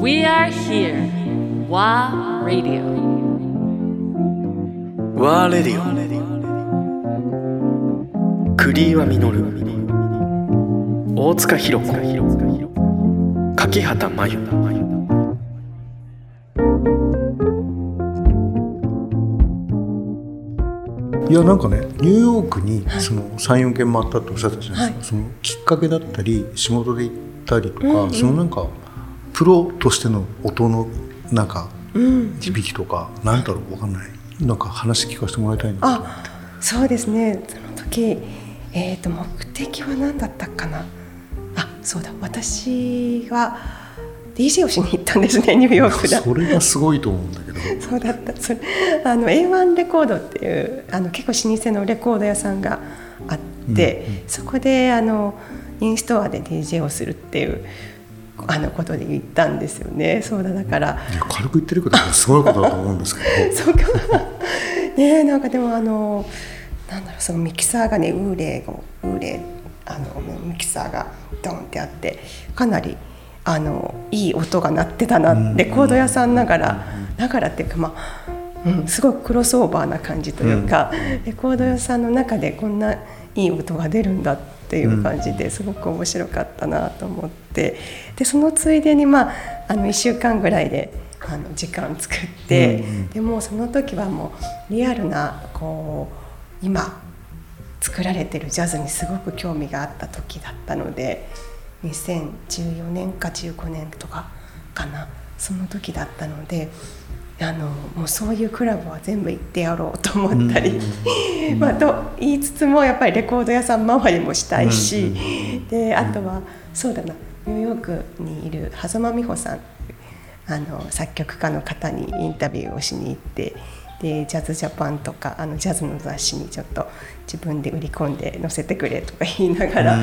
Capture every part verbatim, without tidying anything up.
We are here. WA Radio. WA Radio。栗岩実、大塚弘子、柿畑真由。 いやなんかねニューヨークにその さん,よん 件回ったっておっしゃったじゃないですか、はい、そのきっかけだったり仕事で行ったりとか、うんうん、そのなんかプロとしての音のなんか響きとか、うん、なんだろう分かんないなんか話聞かせてもらいたいなと思って。 あ、そうですね。その時、えーと、目的は何だったかな。あ、そうだ、私は ディージェー をしに行ったんですね、ニューヨークだ。 それがすごいと思うんだけど。 そうだった。それあの エーワン レコードっていうあの結構老舗のレコード屋さんがあって、うんうん、そこであのインストアで ディージェー をするっていうあのことで言ったんですよね。そうだ、だからいや軽く言ってることはすごいことだと思うんですけどそうかね、なんかでもあのなんだろう、そのミキサーがねウーレーウーレーあのミキサーがドンってあってかなりあのいい音が鳴ってたな、レコード屋さんながらながらっていうか、まあうん、すごくクロスオーバーな感じというか、レコード屋さんの中でこんないい音が出るんだっていう感じですごく面白かったなと思って、でそのついでに、まあ、あのいっしゅうかんぐらいであの時間作って、うんうん、でもその時はもうリアルなこう今作られてるジャズにすごく興味があった時だったので、にせんじゅうよねんかじゅうごねんとかかな、その時だったので、あのもうそういうクラブは全部行ってやろうと思ったり、うんまあ、と言いつつもやっぱりレコード屋さん周りもしたいし、うん、であとはそうだな、ニューヨークにいる狭間美穂さん、あの作曲家の方にインタビューをしに行って、でジャズジャパンとかあのジャズの雑誌にちょっと自分で売り込んで載せてくれとか言いながら、うん、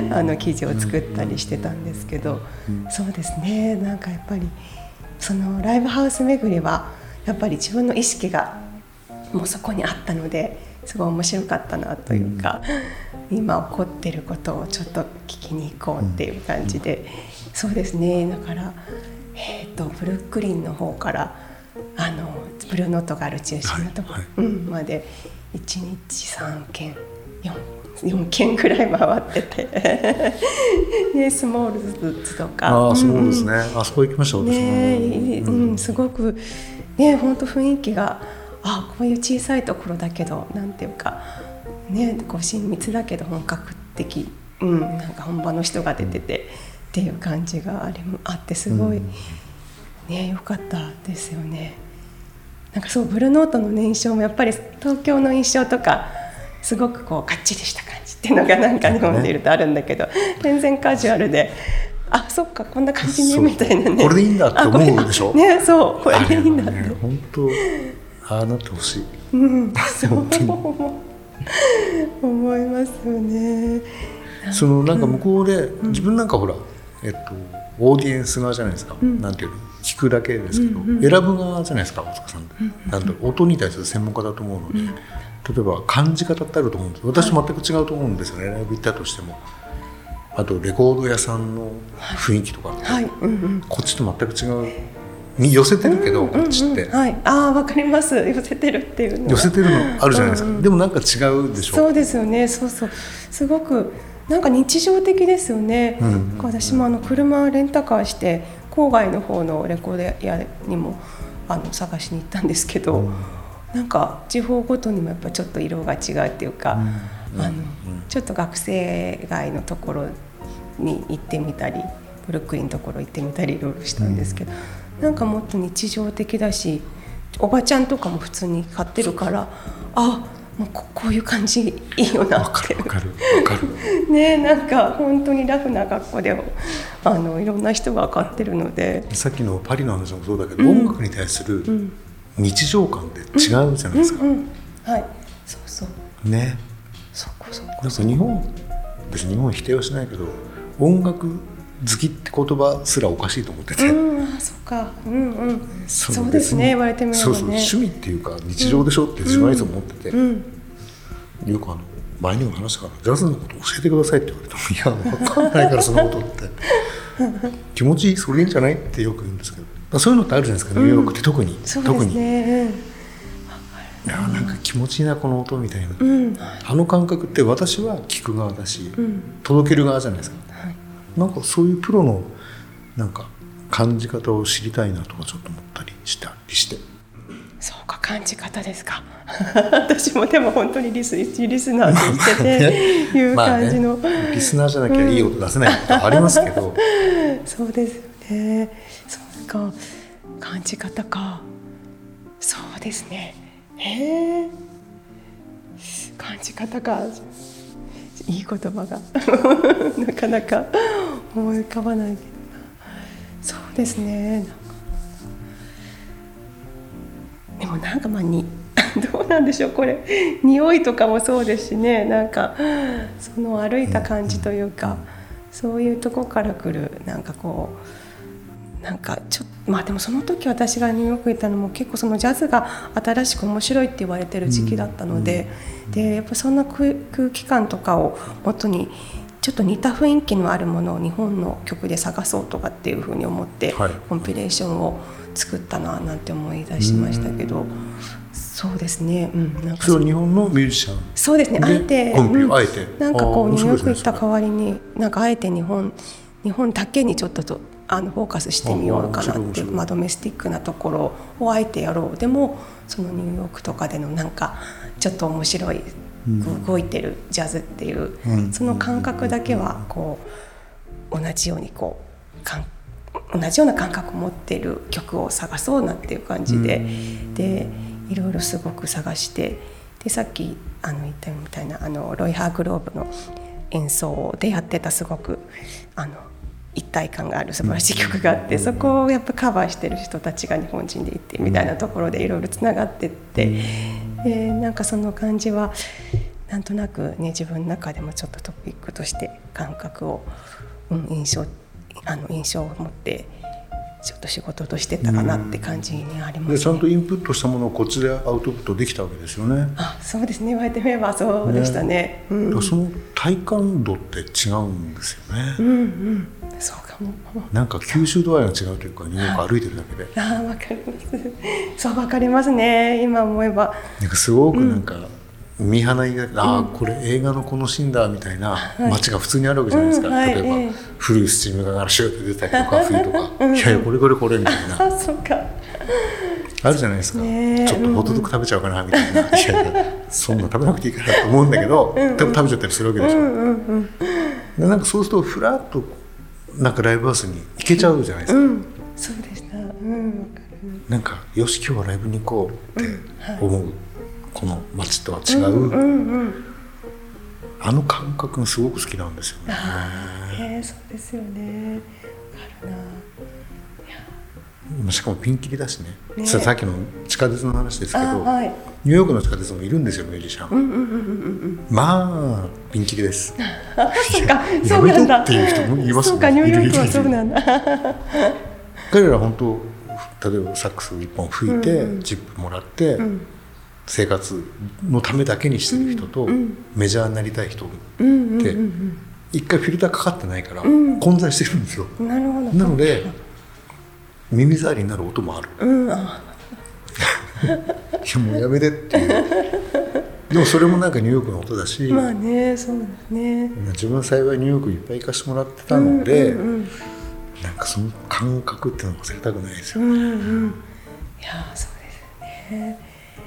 あの記事を作ったりしてたんですけど、うん、そうですね、なんかやっぱりそのライブハウス巡りはやっぱり自分の意識がもうそこにあったのですごい面白かったなというか、うん、今起こってることをちょっと聞きに行こうっていう感じで、うん、そうですね、だから、えーと、ブルックリンの方からあのブルーノートがある中心のところ、はいはいうん、までいちにちさんけんよんけんくらい回っててね、スモールズとか、 ああそうですね、うん、あそこ行きました私も、 ねうん、すごくね、本当雰囲気があこういう小さいところだけどなんていうか、ね、こう親密だけど本格的、うん、なんか本場の人が出ててっていう感じがありあってすごい、うんね、良かったですよね。なんかそうブルーノートの、ね、印象もやっぱり東京の印象とかすごくこうかっちりした感じっていうのがなんか日本でいるとあるんだけど、全然カジュアルで、あそっかこんな感じにみたいなね、 これでいいんだって思うでしょ。 ね、そうこれでいいんだって、 ね、本当ああなってほしい、 うん、そう思いますよね。 そのなんか向こうで、うん、自分なんかほら、えっと、オーディエンス側じゃないですか、うん、なんていうの聞くだけですけど、うんうん、選ぶ側じゃないですか大塚さんって、うんうん、なんだろう音に対する専門家だと思うので、うん、例えば感じ方ってあると思うんです。私全く違うと思うんですよね、ライブ行ったとしても。あとレコード屋さんの雰囲気とかって、はいうんうん、こっちと全く違うに寄せてるけど、うんうんうん、こっちって、 はい、ああ分かります、寄せてるっていうの寄せてるのあるじゃないですか、うんうん、でもなんか違うでしょ。 そうですよね、そうそう、すごくなんか日常的ですよね、うんうんうん、私もあの車レンタカーして郊外の方のレコード屋にもあの探しに行ったんですけど、うん、なんか地方ごとにもやっぱちょっと色が違うっていうか、うん、あのちょっと学生街のところに行ってみたりブルックリンのところ行ってみたりいろいろしたんですけど、うん、なんかもっと日常的だし、おばちゃんとかも普通に買ってるから、あもう こ, こういう感じいいよなってわかるわかるね、なんか本当にラフな学校であのいろんな人が買ってるので、 さっきのパリの話もそうだけど、うん、音楽に対する日常感って違うじゃないですか、 うんうんうん、はいそうそうね、 そこそこなんか日本別に日本否定はしないけど音楽好きって言葉すらおかしいと思ってて、 うん、あそっか、うんうん、そ, そうですね、言われてみればね、 そうそう趣味っていうか日常でしょって自分はいつも思ってて、うんうん、よくあの前にも話したからジャズのこと教えてくださいって言われてもいや分かんないからそのことって気持ちいいそれいいんじゃないってよく言うんですけど、そういうのってあるじゃないですか、ニューヨークって特に、 うん、そう特にですね、 いやなんか気持ちいいなこの音みたいな、 うん、 あの感覚って私は聞く側だし、 うん、 届ける側じゃないですか、 はい、 なんかそういうプロのなんか感じ方を知りたいなとかちょっと思ったりしたりして。 そうか、感じ方ですか私もでも本当にリス、リスナーとしてていう感じの、 まあね、リスナーじゃなきゃいい音出せないことはありますけど、 うん、そうですよね。そうか、感じ方か、そうですね、へえ、感じ方か、いい言葉がなかなか思い浮かばないけどな。そうですね、でもなんかまあにどうなんでしょう、これ匂いとかもそうですしね、なんかその歩いた感じというか、そういうとこから来るなんかこうなんかちょっとまあでもその時私がニューヨーク行ったのも結構そのジャズが新しく面白いって言われてる時期だったので、でやっぱそんな空気感とかを元にちょっと似た雰囲気のあるものを日本の曲で探そうとかっていうふうに思って、はい、コンピレーションを作ったななんて思い出しましたけど、そうですね、うん、なんかそれは日本のミュージシャン、 そうですね、あえて、 コンピ、うん、あえてなんかこうニューヨーク行った代わりになんかあえて日本日本だけにちょっととあのフォーカスしてみようかなっていう、まあ、ドメスティックなところをあえてやろう。でもそのニューヨークとかでのなんかちょっと面白い、うん、動いてるジャズっていう、うん、その感覚だけはこう同じようにこう感同じような感覚を持っている曲を探そうなっていう感じで、うん、でいろいろすごく探して、でさっきあの言ったみたいなあのロイ・ハーグローブの演奏でやってたすごくあの一体感がある素晴らしい曲があって、そこをやっぱカバーしてる人たちが日本人でいてみたいなところでいろいろつながってって、でなんかその感じはなんとなくね自分の中でもちょっとトピックとして感覚を、うん、印象あの印象を持ってちょっと仕事としてたかなって感じにありますね。 でちゃんとインプットしたものをこっちでアウトプットできたわけですよね。 あ、そうですね、言われてみればそうでしたね。ね、うん、 その体感度って違うんですよね。 うんうん、そうかも。 なんか吸収度合いが違うというか、ニューヨーク歩いてるだけで。 ああ、わかります。そうわかりますね。今思えば。 なんかすごくなんか、うん、見放りが、ああこれ映画のこのシーンだみたいな街が普通にあるわけじゃないですか。はい、例えば、はい、古いスチームがガラシューって出たりとか冬とか、うん、いやいやこれこれこれみたいな。 あ、そうか。 あるじゃないですか、ね、ちょっとホットドッグ食べちゃおうかなみたいな、うん、いやいやそんな食べなくていいかなと思うんだけど、うんうん、多分食べちゃったりするわけでしょ、うんうんうん、でなんかそうするとフラッとなんかライブハウスに行けちゃうじゃないですか、うん、 そうでした、うん、分かる。 なんかよし今日はライブに行こうって思う、うんはい、この街とは違う、うんうんうん、あの感覚がすごく好きなんですよね。 あ、えー、そうですよね、分かるな。 しかもピンキリだし ね, ねさっきの地下鉄の話ですけど、 はい、 ニューヨークの地下鉄もいるんですよミュージシャン、うんうんうんうん、まあピンキリです。 あ、そうか、そうなんだっていう人もいますね。そうか、ニューヨークはそうなんだ。 彼ら本当例えばサックス一本吹いて、うんうん、チップもらって、うん、生活のためだけにしてる人と、うんうん、メジャーになりたい人って、うんうんうんうん、一回フィルターかかってないから、うん、混在してるんですよ。 なるほど。 なので耳障りになる音もある、うん、あいやもうやめてっていう。でもそれもなんかニューヨークの音だし、 まあね、そうですね。 自分は幸いニューヨークいっぱい行かせてもらってたので、うんうんうん、なんかその感覚っていうのを忘れたくないですよね、うんうん、いやそうですね。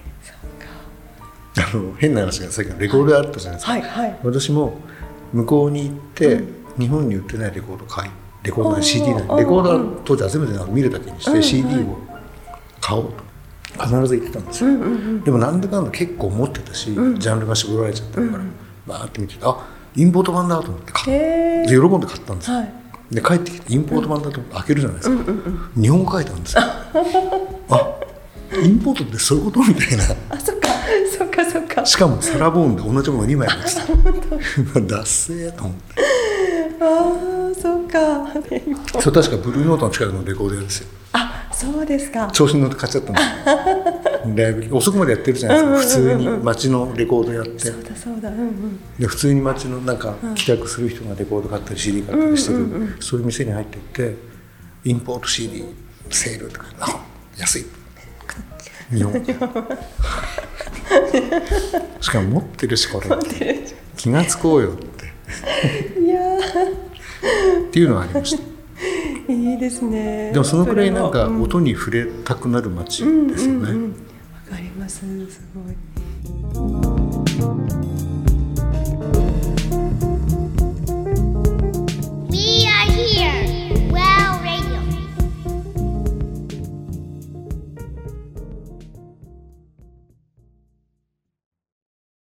そうか。あの変な話がさっきのレコードあったじゃないですか、はいはいはい、私も向こうに行って、うん、日本に売ってないレコード買いレコードの シーディー なんでレコードは当時集めてな見るだけにして シーディー を買おうと必ず言ってたんですよ、うんうんうん、でもなんだかんだ結構持ってたし、うん、ジャンルが絞られちゃったから、うん、バーって見てあインポート版だと思って買って喜んで買ったんですよ、はい、で帰ってきてインポート版だと思って開けるじゃないですか、うんうんうん、日本語書いてあるんですよあインポートってそういうことみたいなあ、そっかそっかそっか。 しかもサラボーンで同じものにまい持ってたダッセーと思ってああ、そうか。それ確かブルーノートの近くのレコード屋ですよ。 あ、そうですか。 調子に乗って買っちゃったんですよライブ遅くまでやってるじゃないですか、普通に街のレコードやって、 そうだそうだ、うんうん、 で普通に街のなんか帰宅する人がレコード買ったり シーディー 買ったりしてる、うんうんうん、そういう店に入っていってインポート シーディー セールとか、あ安い日本しかも持ってるしこれ気がつこうよっていやっていうのはありました。 いいですね。 でもそのくらいなんか音に触れたくなる街ですよね。わ、 うんうんうん、かります、すごい。